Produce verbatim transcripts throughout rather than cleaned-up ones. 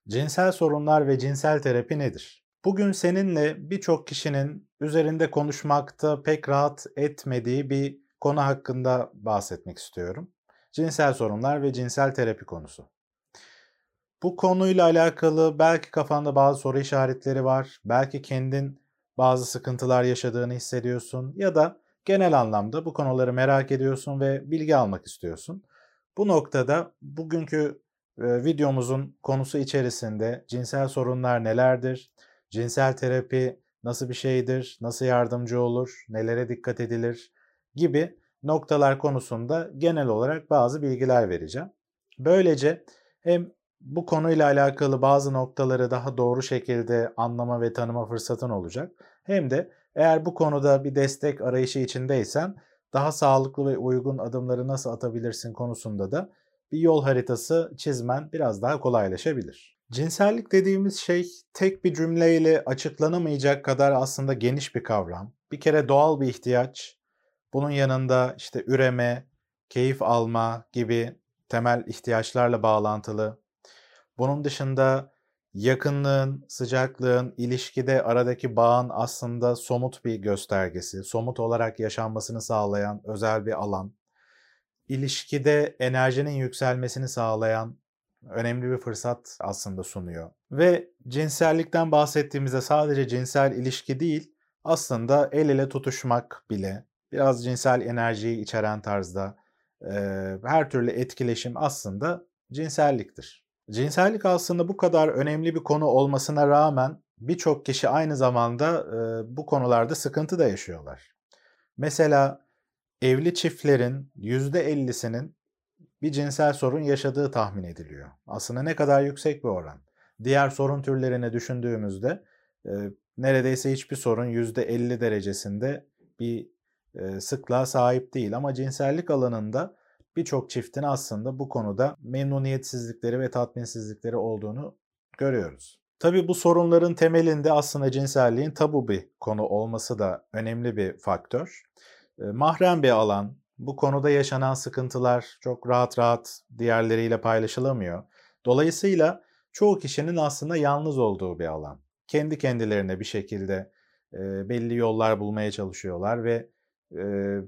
Cinsel sorunlar ve cinsel terapi nedir? Bugün seninle birçok kişinin üzerinde konuşmakta pek rahat etmediği bir konu hakkında bahsetmek istiyorum. Cinsel sorunlar ve cinsel terapi konusu. Bu konuyla alakalı belki kafanda bazı soru işaretleri var, belki kendin bazı sıkıntılar yaşadığını hissediyorsun ya da genel anlamda bu konuları merak ediyorsun ve bilgi almak istiyorsun. Bu noktada bugünkü e, videomuzun konusu içerisinde cinsel sorunlar nelerdir, cinsel terapi nasıl bir şeydir, nasıl yardımcı olur, nelere dikkat edilir gibi noktalar konusunda genel olarak bazı bilgiler vereceğim. Böylece hem bu konuyla alakalı bazı noktaları daha doğru şekilde anlama ve tanıma fırsatın olacak. Hem de eğer bu konuda bir destek arayışı içindeysen daha sağlıklı ve uygun adımları nasıl atabilirsin konusunda da bir yol haritası çizmen biraz daha kolaylaşabilir. Cinsellik dediğimiz şey tek bir cümleyle açıklanamayacak kadar aslında geniş bir kavram. Bir kere doğal bir ihtiyaç. Bunun yanında işte üreme, keyif alma gibi temel ihtiyaçlarla bağlantılı. Bunun dışında yakınlığın, sıcaklığın, ilişkide aradaki bağın aslında somut bir göstergesi, somut olarak yaşanmasını sağlayan özel bir alan. İlişkide enerjinin yükselmesini sağlayan önemli bir fırsat aslında sunuyor. Ve cinsellikten bahsettiğimizde sadece cinsel ilişki değil, aslında el ele tutuşmak bile, biraz cinsel enerjiyi içeren tarzda e, her türlü etkileşim aslında cinselliktir. Cinsellik aslında bu kadar önemli bir konu olmasına rağmen birçok kişi aynı zamanda e, bu konularda sıkıntı da yaşıyorlar. Mesela evli çiftlerin yüzde ellisinin bir cinsel sorun yaşadığı tahmin ediliyor. Aslında ne kadar yüksek bir oran. Diğer sorun türlerini düşündüğümüzde e, neredeyse hiçbir sorun yüzde elli derecesinde bir e, sıklığa sahip değil. Ama cinsellik alanında birçok çiftin aslında bu konuda memnuniyetsizlikleri ve tatminsizlikleri olduğunu görüyoruz. Tabii bu sorunların temelinde aslında cinselliğin tabu bir konu olması da önemli bir faktör. E, Mahrem bir alan, bu konuda yaşanan sıkıntılar çok rahat rahat diğerleriyle paylaşılamıyor. Dolayısıyla çoğu kişinin aslında yalnız olduğu bir alan. Kendi kendilerine bir şekilde e, belli yollar bulmaya çalışıyorlar ve e,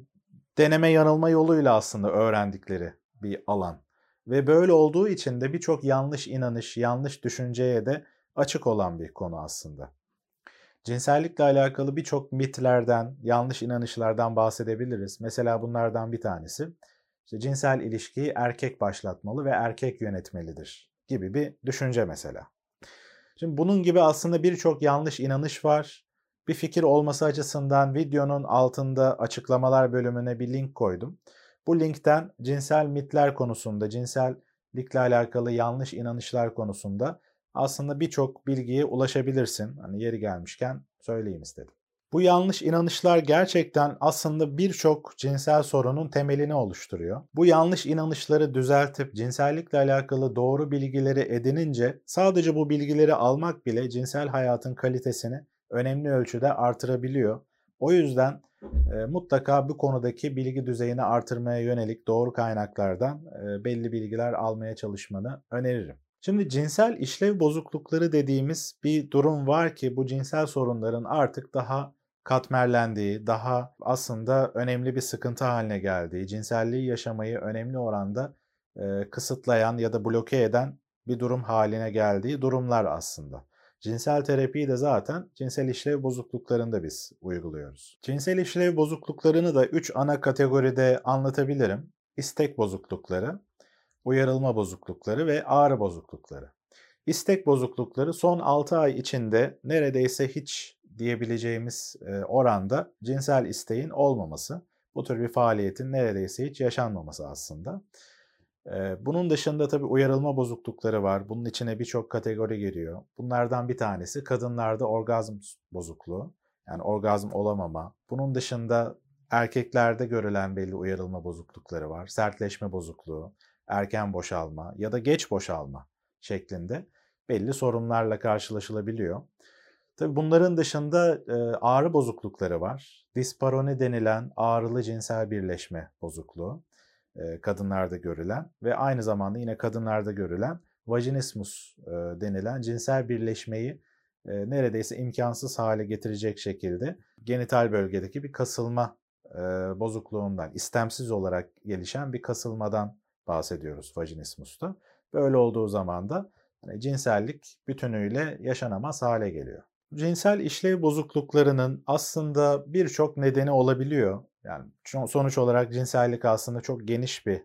deneme yanılma yoluyla aslında öğrendikleri bir alan. Ve böyle olduğu için de birçok yanlış inanış, yanlış düşünceye de açık olan bir konu aslında. Cinsellikle alakalı birçok mitlerden, yanlış inanışlardan bahsedebiliriz. Mesela bunlardan bir tanesi, işte cinsel ilişkiyi erkek başlatmalı ve erkek yönetmelidir gibi bir düşünce mesela. Şimdi bunun gibi aslında birçok yanlış inanış var. Bir fikir olması açısından videonun altında açıklamalar bölümüne bir link koydum. Bu linkten cinsel mitler konusunda, cinsellikle alakalı yanlış inanışlar konusunda aslında birçok bilgiye ulaşabilirsin. Hani yeri gelmişken söyleyeyim istedim. Bu yanlış inanışlar gerçekten aslında birçok cinsel sorunun temelini oluşturuyor. Bu yanlış inanışları düzeltip cinsellikle alakalı doğru bilgileri edinince sadece bu bilgileri almak bile cinsel hayatın kalitesini önemli ölçüde artırabiliyor. O yüzden e, mutlaka bu konudaki bilgi düzeyini artırmaya yönelik doğru kaynaklardan e, belli bilgiler almaya çalışmanı öneririm. Şimdi cinsel işlev bozuklukları dediğimiz bir durum var ki bu cinsel sorunların artık daha katmerlendiği, daha aslında önemli bir sıkıntı haline geldiği, cinselliği yaşamayı önemli oranda e, kısıtlayan ya da bloke eden bir durum haline geldiği durumlar aslında. Cinsel terapiyi de zaten cinsel işlev bozukluklarında biz uyguluyoruz. Cinsel işlev bozukluklarını da üç ana kategoride anlatabilirim. İstek bozuklukları, uyarılma bozuklukları ve ağrı bozuklukları. İstek bozuklukları son altı ay içinde neredeyse hiç diyebileceğimiz oranda cinsel isteğin olmaması. Bu tür bir faaliyetin neredeyse hiç yaşanmaması aslında. Bunun dışında tabii uyarılma bozuklukları var. Bunun içine birçok kategori giriyor. Bunlardan bir tanesi kadınlarda orgazm bozukluğu. Yani orgazm olamama. Bunun dışında erkeklerde görülen belli uyarılma bozuklukları var. Sertleşme bozukluğu, erken boşalma ya da geç boşalma şeklinde belli sorunlarla karşılaşılabiliyor. Tabii bunların dışında e, ağrı bozuklukları var. Disparoni denilen ağrılı cinsel birleşme bozukluğu, e, kadınlarda görülen ve aynı zamanda yine kadınlarda görülen vajinismus e, denilen cinsel birleşmeyi e, neredeyse imkansız hale getirecek şekilde genital bölgedeki bir kasılma e, bozukluğundan, istemsiz olarak gelişen bir kasılmadan bahsediyoruz vajinismusta. Böyle olduğu zaman da hani cinsellik bütünüyle yaşanamaz hale geliyor. Cinsel işlev bozukluklarının aslında birçok nedeni olabiliyor. Yani sonuç olarak cinsellik aslında çok geniş bir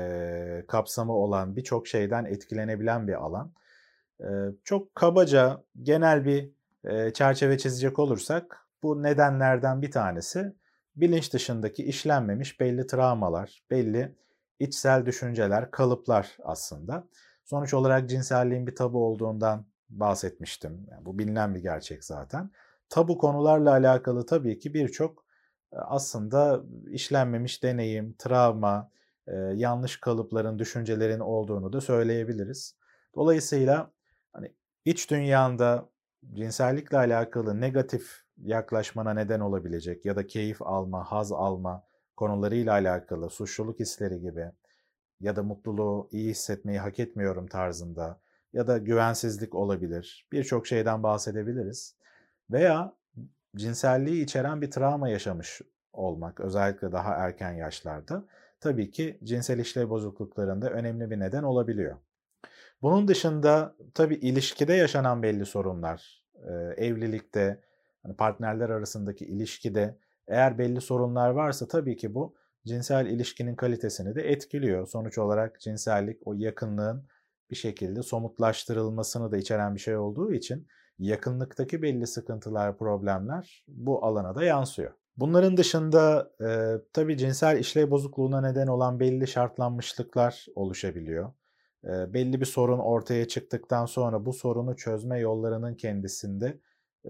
e, kapsamı olan, birçok şeyden etkilenebilen bir alan. E, çok kabaca genel bir e, çerçeve çizecek olursak bu nedenlerden bir tanesi bilinç dışındaki işlenmemiş belli travmalar, belli içsel düşünceler, kalıplar aslında. Sonuç olarak cinselliğin bir tabu olduğundan bahsetmiştim. Yani bu bilinen bir gerçek zaten. Tabu konularla alakalı tabii ki birçok aslında işlenmemiş deneyim, travma, yanlış kalıpların, düşüncelerin olduğunu da söyleyebiliriz. Dolayısıyla hani iç dünyanda cinsellikle alakalı negatif yaklaşmana neden olabilecek ya da keyif alma, haz alma konularıyla alakalı suçluluk hisleri gibi ya da mutluluğu, iyi hissetmeyi hak etmiyorum tarzında ya da güvensizlik olabilir. Birçok şeyden bahsedebiliriz. Veya cinselliği içeren bir travma yaşamış olmak, özellikle daha erken yaşlarda tabii ki cinsel işlev bozukluklarında önemli bir neden olabiliyor. Bunun dışında tabii ilişkide yaşanan belli sorunlar, evlilikte, partnerler arasındaki ilişkide eğer belli sorunlar varsa tabii ki bu cinsel ilişkinin kalitesini de etkiliyor. Sonuç olarak cinsellik o yakınlığın bir şekilde somutlaştırılmasını da içeren bir şey olduğu için yakınlıktaki belli sıkıntılar, problemler bu alana da yansıyor. Bunların dışında e, tabii cinsel işlev bozukluğuna neden olan belli şartlanmışlıklar oluşabiliyor. E, belli bir sorun ortaya çıktıktan sonra bu sorunu çözme yollarının kendisinde e,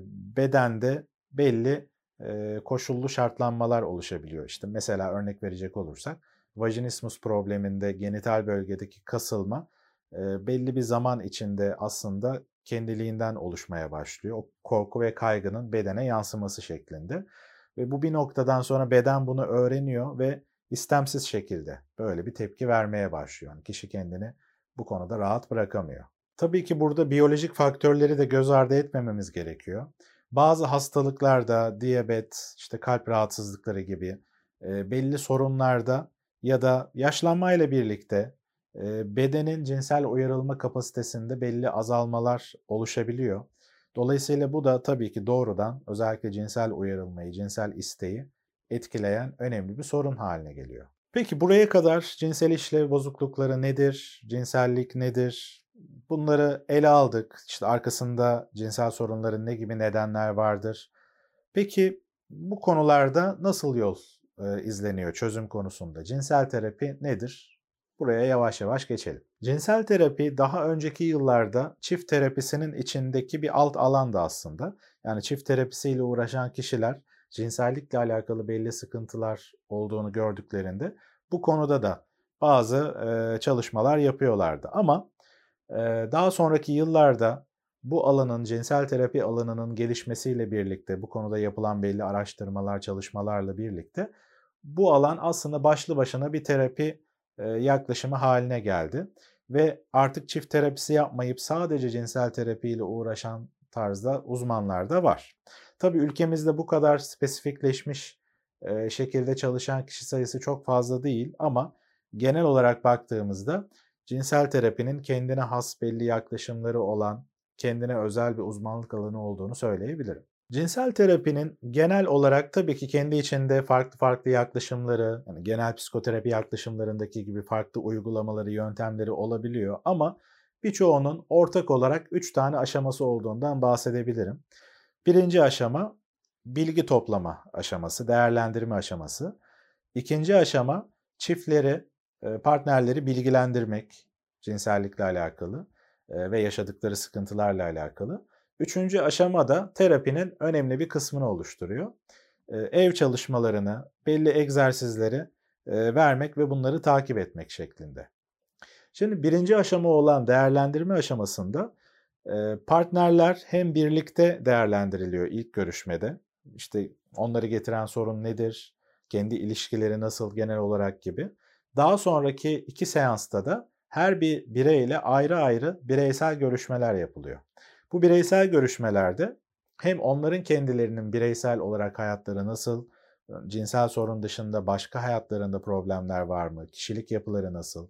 bedende belli e, koşullu şartlanmalar oluşabiliyor. İşte mesela örnek verecek olursak vajinismus probleminde genital bölgedeki kasılma e, belli bir zaman içinde aslında kendiliğinden oluşmaya başlıyor. O korku ve kaygının bedene yansıması şeklinde. Ve bu bir noktadan sonra beden bunu öğreniyor ve istemsiz şekilde böyle bir tepki vermeye başlıyor. Yani kişi kendini bu konuda rahat bırakamıyor. Tabii ki burada biyolojik faktörleri de göz ardı etmememiz gerekiyor. Bazı hastalıklarda, diyabet, işte kalp rahatsızlıkları gibi e, belli sorunlarda ya da yaşlanmayla birlikte e, bedenin cinsel uyarılma kapasitesinde belli azalmalar oluşabiliyor. Dolayısıyla bu da tabii ki doğrudan özellikle cinsel uyarılmayı, cinsel isteği etkileyen önemli bir sorun haline geliyor. Peki buraya kadar cinsel işlev bozuklukları nedir? Cinsellik nedir? Bunları ele aldık. İşte arkasında cinsel sorunların ne gibi nedenler vardır? Peki bu konularda nasıl yol e, izleniyor çözüm konusunda? Cinsel terapi nedir? Buraya yavaş yavaş geçelim. Cinsel terapi daha önceki yıllarda çift terapisinin içindeki bir alt alandı aslında. Yani çift terapisiyle uğraşan kişiler cinsellikle alakalı belli sıkıntılar olduğunu gördüklerinde bu konuda da bazı e, çalışmalar yapıyorlardı. Ama e, daha sonraki yıllarda bu alanın, cinsel terapi alanının gelişmesiyle birlikte, bu konuda yapılan belli araştırmalar, çalışmalarla birlikte bu alan aslında başlı başına bir terapi e, yaklaşımı haline geldi. Ve artık çift terapisi yapmayıp sadece cinsel terapiyle uğraşan tarzda uzmanlar da var. Tabii ülkemizde bu kadar spesifikleşmiş e, şekilde çalışan kişi sayısı çok fazla değil ama genel olarak baktığımızda cinsel terapinin kendine has belli yaklaşımları olan, kendine özel bir uzmanlık alanı olduğunu söyleyebilirim. Cinsel terapinin genel olarak tabii ki kendi içinde farklı farklı yaklaşımları, yani genel psikoterapi yaklaşımlarındaki gibi farklı uygulamaları, yöntemleri olabiliyor ama birçoğunun ortak olarak üç tane aşaması olduğundan bahsedebilirim. Birinci aşama bilgi toplama aşaması, değerlendirme aşaması. İkinci aşama çiftleri, partnerleri bilgilendirmek cinsellikle alakalı ve yaşadıkları sıkıntılarla alakalı. Üçüncü aşama da terapinin önemli bir kısmını oluşturuyor. Ev çalışmalarını, belli egzersizleri vermek ve bunları takip etmek şeklinde. Şimdi birinci aşama olan değerlendirme aşamasında partnerler hem birlikte değerlendiriliyor ilk görüşmede. İşte onları getiren sorun nedir, kendi ilişkileri nasıl genel olarak gibi. Daha sonraki iki seansta da her bir bireyle ayrı ayrı bireysel görüşmeler yapılıyor. Bu bireysel görüşmelerde hem onların kendilerinin bireysel olarak hayatları nasıl, cinsel sorun dışında başka hayatlarında problemler var mı, kişilik yapıları nasıl,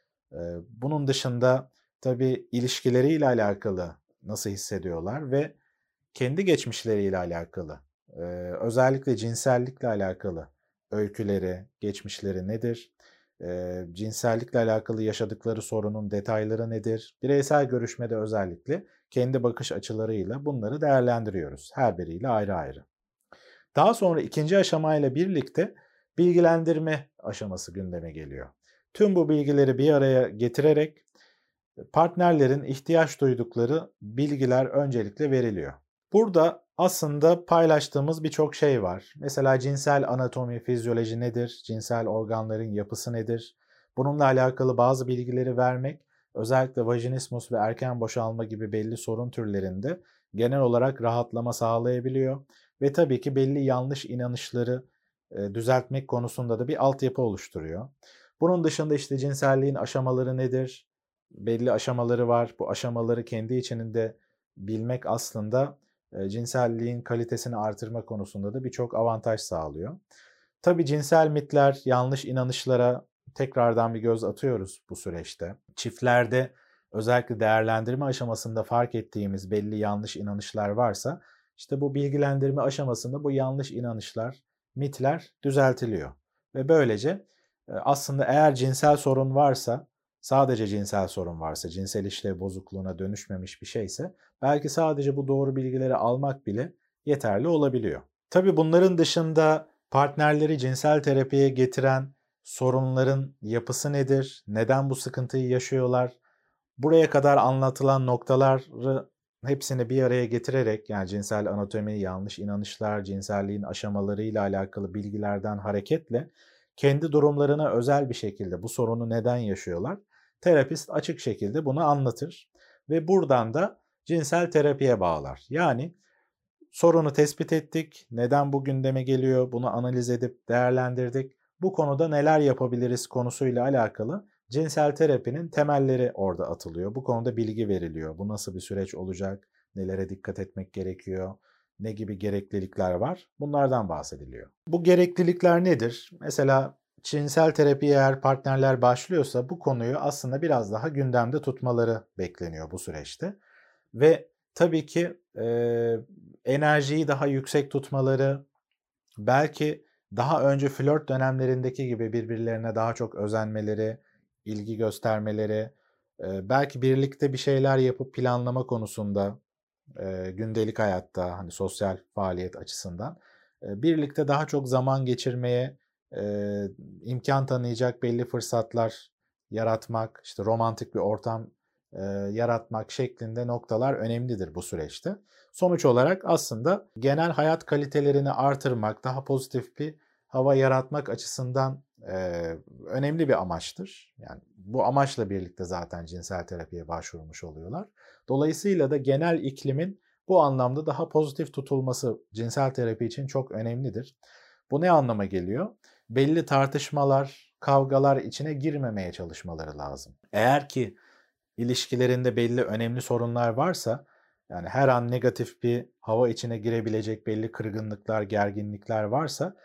bunun dışında tabii ilişkileriyle alakalı nasıl hissediyorlar ve kendi geçmişleriyle alakalı, özellikle cinsellikle alakalı öyküleri, geçmişleri nedir? Cinsellikle alakalı yaşadıkları sorunun detayları nedir? Bireysel görüşmede özellikle kendi bakış açılarıyla bunları değerlendiriyoruz. Her biriyle ayrı ayrı. Daha sonra ikinci aşamayla birlikte bilgilendirme aşaması gündeme geliyor. Tüm bu bilgileri bir araya getirerek partnerlerin ihtiyaç duydukları bilgiler öncelikle veriliyor. Burada aslında paylaştığımız birçok şey var. Mesela cinsel anatomi, fizyoloji nedir? Cinsel organların yapısı nedir? Bununla alakalı bazı bilgileri vermek, özellikle vajinismus ve erken boşalma gibi belli sorun türlerinde genel olarak rahatlama sağlayabiliyor. Ve tabii ki belli yanlış inanışları düzeltmek konusunda da bir altyapı oluşturuyor. Bunun dışında işte cinselliğin aşamaları nedir? Belli aşamaları var. Bu aşamaları kendi içinde bilmek aslında cinselliğin kalitesini artırma konusunda da birçok avantaj sağlıyor. Tabii cinsel mitler, yanlış inanışlara tekrardan bir göz atıyoruz bu süreçte. Çiftlerde özellikle değerlendirme aşamasında fark ettiğimiz belli yanlış inanışlar varsa işte bu bilgilendirme aşamasında bu yanlış inanışlar, mitler düzeltiliyor. Ve böylece aslında eğer cinsel sorun varsa, sadece cinsel sorun varsa, cinsel işlev bozukluğuna dönüşmemiş bir şeyse belki sadece bu doğru bilgileri almak bile yeterli olabiliyor. Tabii bunların dışında partnerleri cinsel terapiye getiren sorunların yapısı nedir? Neden bu sıkıntıyı yaşıyorlar? Buraya kadar anlatılan noktaları hepsini bir araya getirerek, yani cinsel anatomi, yanlış inanışlar, cinselliğin aşamalarıyla alakalı bilgilerden hareketle kendi durumlarına özel bir şekilde bu sorunu neden yaşıyorlar? Terapist açık şekilde bunu anlatır ve buradan da cinsel terapiye bağlar. Yani sorunu tespit ettik, neden bu gündeme geliyor, bunu analiz edip değerlendirdik. Bu konuda neler yapabiliriz konusuyla alakalı cinsel terapinin temelleri orada atılıyor. Bu konuda bilgi veriliyor. Bu nasıl bir süreç olacak, nelere dikkat etmek gerekiyor, ne gibi gereklilikler var, bunlardan bahsediliyor. Bu gereklilikler nedir? Mesela cinsel terapiye eğer partnerler başlıyorsa bu konuyu aslında biraz daha gündemde tutmaları bekleniyor bu süreçte. Ve tabii ki e, enerjiyi daha yüksek tutmaları, belki daha önce flört dönemlerindeki gibi birbirlerine daha çok özenmeleri, ilgi göstermeleri, e, belki birlikte bir şeyler yapıp planlama konusunda, e, gündelik hayatta, hani sosyal faaliyet açısından e, birlikte daha çok zaman geçirmeye e, imkan tanıyacak belli fırsatlar yaratmak, işte romantik bir ortam e, yaratmak şeklinde noktalar önemlidir bu süreçte. Sonuç olarak aslında genel hayat kalitelerini artırmak, daha pozitif bir hava yaratmak açısından e, önemli bir amaçtır. Yani bu amaçla birlikte zaten cinsel terapiye başvurmuş oluyorlar. Dolayısıyla da genel iklimin bu anlamda daha pozitif tutulması cinsel terapi için çok önemlidir. Bu ne anlama geliyor? Belli tartışmalar, kavgalar içine girmemeye çalışmaları lazım. Eğer ki ilişkilerinde belli önemli sorunlar varsa, yani her an negatif bir hava içine girebilecek belli kırgınlıklar, gerginlikler varsa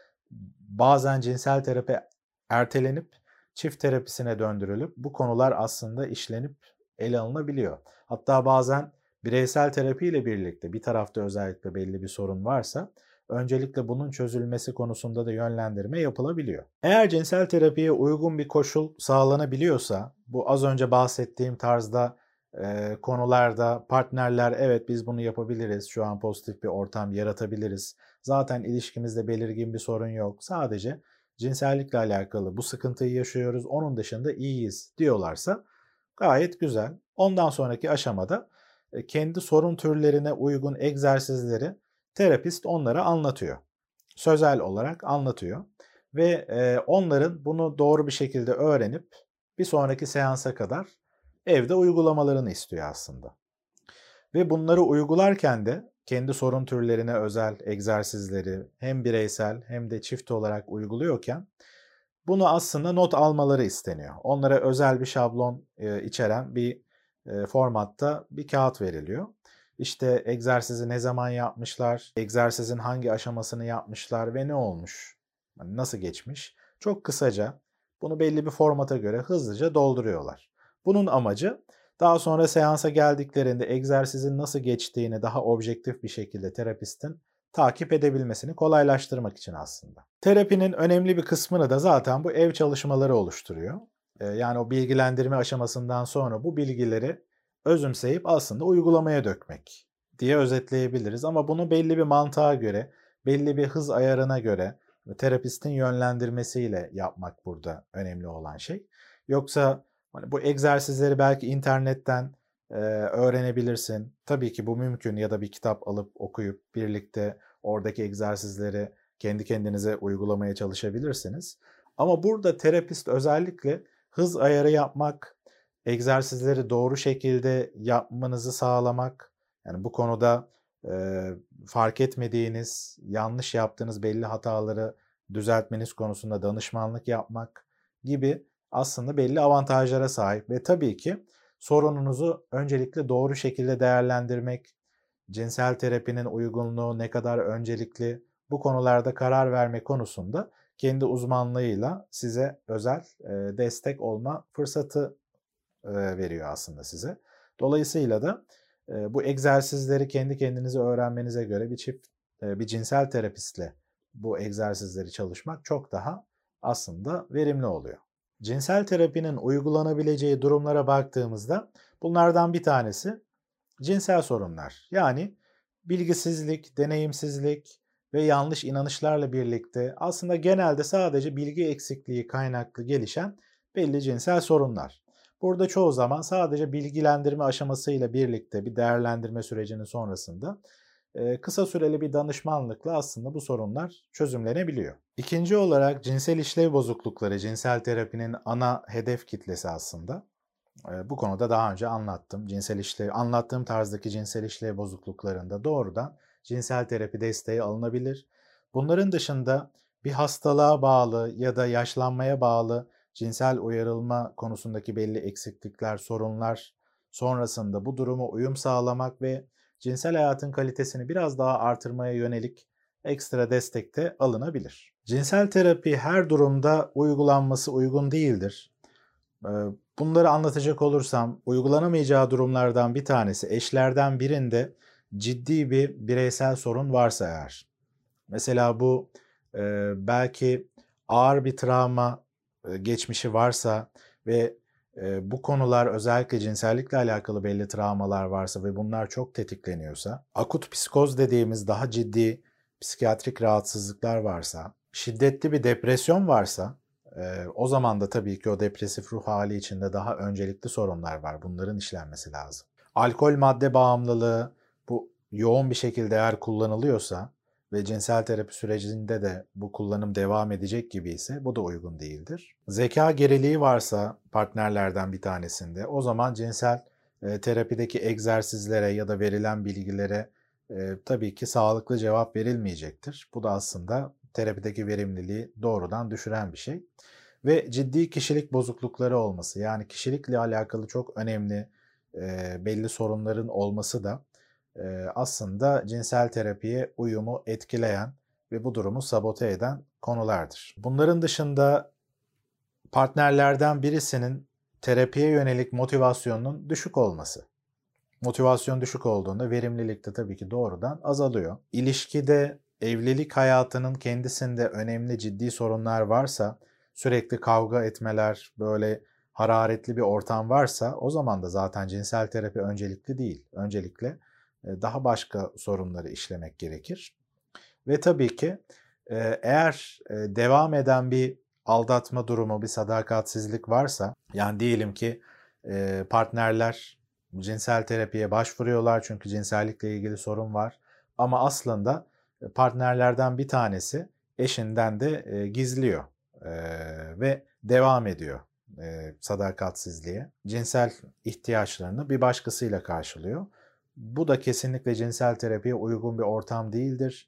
bazen cinsel terapi ertelenip çift terapisine döndürülüp bu konular aslında işlenip ele alınabiliyor. Hatta bazen bireysel terapiyle birlikte bir tarafta özellikle belli bir sorun varsa öncelikle bunun çözülmesi konusunda da yönlendirme yapılabiliyor. Eğer cinsel terapiye uygun bir koşul sağlanabiliyorsa, bu az önce bahsettiğim tarzda e, konularda partnerler evet biz bunu yapabiliriz, şu an pozitif bir ortam yaratabiliriz, zaten ilişkimizde belirgin bir sorun yok, sadece cinsellikle alakalı bu sıkıntıyı yaşıyoruz, onun dışında iyiyiz diyorlarsa gayet güzel. Ondan sonraki aşamada kendi sorun türlerine uygun egzersizleri terapist onlara anlatıyor. Sözel olarak anlatıyor ve e, onların bunu doğru bir şekilde öğrenip bir sonraki seansa kadar evde uygulamalarını istiyor aslında. Ve bunları uygularken de kendi sorun türlerine özel egzersizleri hem bireysel hem de çift olarak uyguluyorken Bunu aslında not almaları isteniyor. Onlara özel bir şablon e, içeren bir e, formatta bir kağıt veriliyor. İşte egzersizi ne zaman yapmışlar, egzersizin hangi aşamasını yapmışlar ve ne olmuş, yani nasıl geçmiş. Çok kısaca bunu belli bir formata göre hızlıca dolduruyorlar. Bunun amacı daha sonra seansa geldiklerinde egzersizin nasıl geçtiğini daha objektif bir şekilde terapistin takip edebilmesini kolaylaştırmak için aslında. Terapinin önemli bir kısmını da zaten bu ev çalışmaları oluşturuyor. Ee, Yani o bilgilendirme aşamasından sonra bu bilgileri özümseyip aslında uygulamaya dökmek diye özetleyebiliriz. Ama bunu belli bir mantığa göre, belli bir hız ayarına göre terapistin yönlendirmesiyle yapmak burada önemli olan şey. Yoksa hani bu egzersizleri belki internetten e, öğrenebilirsin. Tabii ki bu mümkün, ya da bir kitap alıp okuyup birlikte oradaki egzersizleri kendi kendinize uygulamaya çalışabilirsiniz. Ama burada terapist özellikle hız ayarı yapmak, egzersizleri doğru şekilde yapmanızı sağlamak, yani bu konuda e, fark etmediğiniz, yanlış yaptığınız belli hataları düzeltmeniz konusunda danışmanlık yapmak gibi aslında belli avantajlara sahip ve tabii ki sorununuzu öncelikle doğru şekilde değerlendirmek, cinsel terapinin uygunluğu ne kadar öncelikli, bu konularda karar verme konusunda kendi uzmanlığıyla size özel e, destek olma fırsatı e, veriyor aslında size. Dolayısıyla da e, bu egzersizleri kendi kendinize öğrenmenize göre bir çift, e, bir cinsel terapistle bu egzersizleri çalışmak çok daha aslında verimli oluyor. Cinsel terapinin uygulanabileceği durumlara baktığımızda bunlardan bir tanesi cinsel sorunlar. Yani bilgisizlik, deneyimsizlik ve yanlış inanışlarla birlikte aslında genelde sadece bilgi eksikliği kaynaklı gelişen belli cinsel sorunlar. Burada çoğu zaman sadece bilgilendirme aşamasıyla birlikte bir değerlendirme sürecinin sonrasında kısa süreli bir danışmanlıkla aslında bu sorunlar çözümlenebiliyor. İkinci olarak cinsel işlev bozuklukları cinsel terapinin ana hedef kitlesi aslında. Bu konuda daha önce anlattım. Cinsel işlev, anlattığım tarzdaki cinsel işlev bozukluklarında doğrudan cinsel terapi desteği alınabilir. Bunların dışında bir hastalığa bağlı ya da yaşlanmaya bağlı cinsel uyarılma konusundaki belli eksiklikler, sorunlar sonrasında bu duruma uyum sağlamak ve cinsel hayatın kalitesini biraz daha artırmaya yönelik ekstra destek de alınabilir. Cinsel terapi her durumda uygulanması uygun değildir. Bunları anlatacak olursam, uygulanamayacağı durumlardan bir tanesi eşlerden birinde ciddi bir bireysel sorun varsa eğer. Mesela bu e, belki ağır bir travma e, geçmişi varsa ve e, bu konular özellikle cinsellikle alakalı belli travmalar varsa ve bunlar çok tetikleniyorsa, akut psikoz dediğimiz daha ciddi psikiyatrik rahatsızlıklar varsa, şiddetli bir depresyon varsa, e, o zaman da tabii ki o depresif ruh hali içinde daha öncelikli sorunlar var. Bunların işlenmesi lazım. Alkol madde bağımlılığı bu yoğun bir şekilde eğer kullanılıyorsa ve cinsel terapi sürecinde de bu kullanım devam edecek gibi ise bu da uygun değildir. Zeka geriliği varsa partnerlerden bir tanesinde, o zaman cinsel e, terapideki egzersizlere ya da verilen bilgilere e, tabii ki sağlıklı cevap verilmeyecektir. Bu da aslında terapideki verimliliği doğrudan düşüren bir şey. Ve ciddi kişilik bozuklukları olması, yani kişilikle alakalı çok önemli e, belli sorunların olması da aslında cinsel terapiye uyumu etkileyen ve bu durumu sabote eden konulardır. Bunların dışında partnerlerden birisinin terapiye yönelik motivasyonunun düşük olması. Motivasyon düşük olduğunda verimlilik de tabii ki doğrudan azalıyor. İlişkide, evlilik hayatının kendisinde önemli ciddi sorunlar varsa, sürekli kavga etmeler, böyle hararetli bir ortam varsa, o zaman da zaten cinsel terapi öncelikli değil. Öncelikle daha başka sorunları işlemek gerekir. Ve tabii ki eğer devam eden bir aldatma durumu, bir sadakatsizlik varsa, yani diyelim ki partnerler cinsel terapiye başvuruyorlar çünkü cinsellikle ilgili sorun var, ama aslında partnerlerden bir tanesi eşinden de gizliyor ve devam ediyor sadakatsizliğe. Cinsel ihtiyaçlarını bir başkasıyla karşılıyor. Bu da kesinlikle cinsel terapiye uygun bir ortam değildir.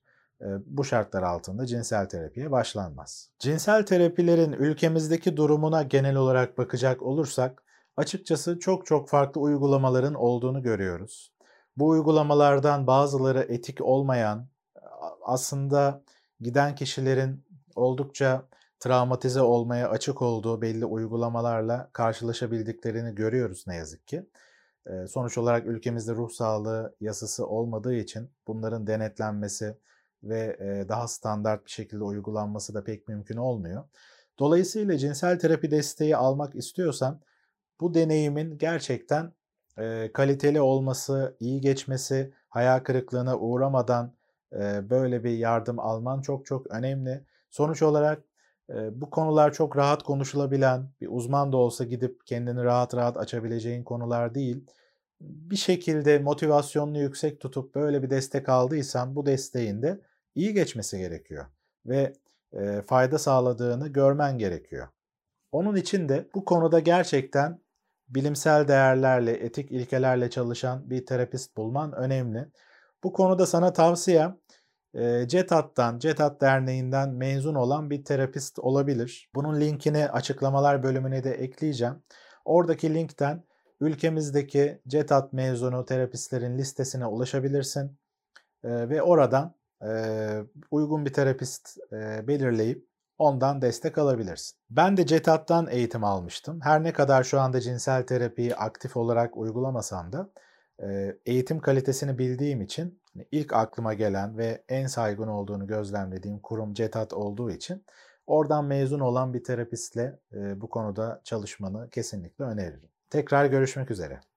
bu şartlar altında cinsel terapiye başlanmaz. Cinsel terapilerin ülkemizdeki durumuna genel olarak bakacak olursak, açıkçası çok çok farklı uygulamaların olduğunu görüyoruz. Bu uygulamalardan bazıları etik olmayan, aslında giden kişilerin oldukça travmatize olmaya açık olduğu belli uygulamalarla karşılaşabildiklerini görüyoruz ne yazık ki. Sonuç olarak ülkemizde ruh sağlığı yasası olmadığı için bunların denetlenmesi ve daha standart bir şekilde uygulanması da pek mümkün olmuyor. Dolayısıyla cinsel terapi desteği almak istiyorsan bu deneyimin gerçekten kaliteli olması, iyi geçmesi, hayal kırıklığına uğramadan böyle bir yardım alman çok çok önemli. Sonuç olarak bu konular çok rahat konuşulabilen, bir uzman da olsa gidip kendini rahat rahat açabileceğin konular değil. Bir şekilde motivasyonunu yüksek tutup böyle bir destek aldıysan bu desteğin de iyi geçmesi gerekiyor ve fayda sağladığını görmen gerekiyor. Onun için de bu konuda gerçekten bilimsel değerlerle, etik ilkelerle çalışan bir terapist bulman önemli. Bu konuda sana tavsiyem CETAT'tan, CETAT Derneği'nden mezun olan bir terapist olabilir. Bunun linkini açıklamalar bölümüne de ekleyeceğim. Oradaki linkten ülkemizdeki CETAT mezunu terapistlerin listesine ulaşabilirsin ve oradan uygun bir terapist belirleyip ondan destek alabilirsin. Ben de CETAT'tan eğitim almıştım. Her ne kadar şu anda cinsel terapiyi aktif olarak uygulamasam da eğitim kalitesini bildiğim için ilk aklıma gelen ve en saygın olduğunu gözlemlediğim kurum CETAT olduğu için oradan mezun olan bir terapistle bu konuda çalışmanı kesinlikle öneririm. Tekrar görüşmek üzere.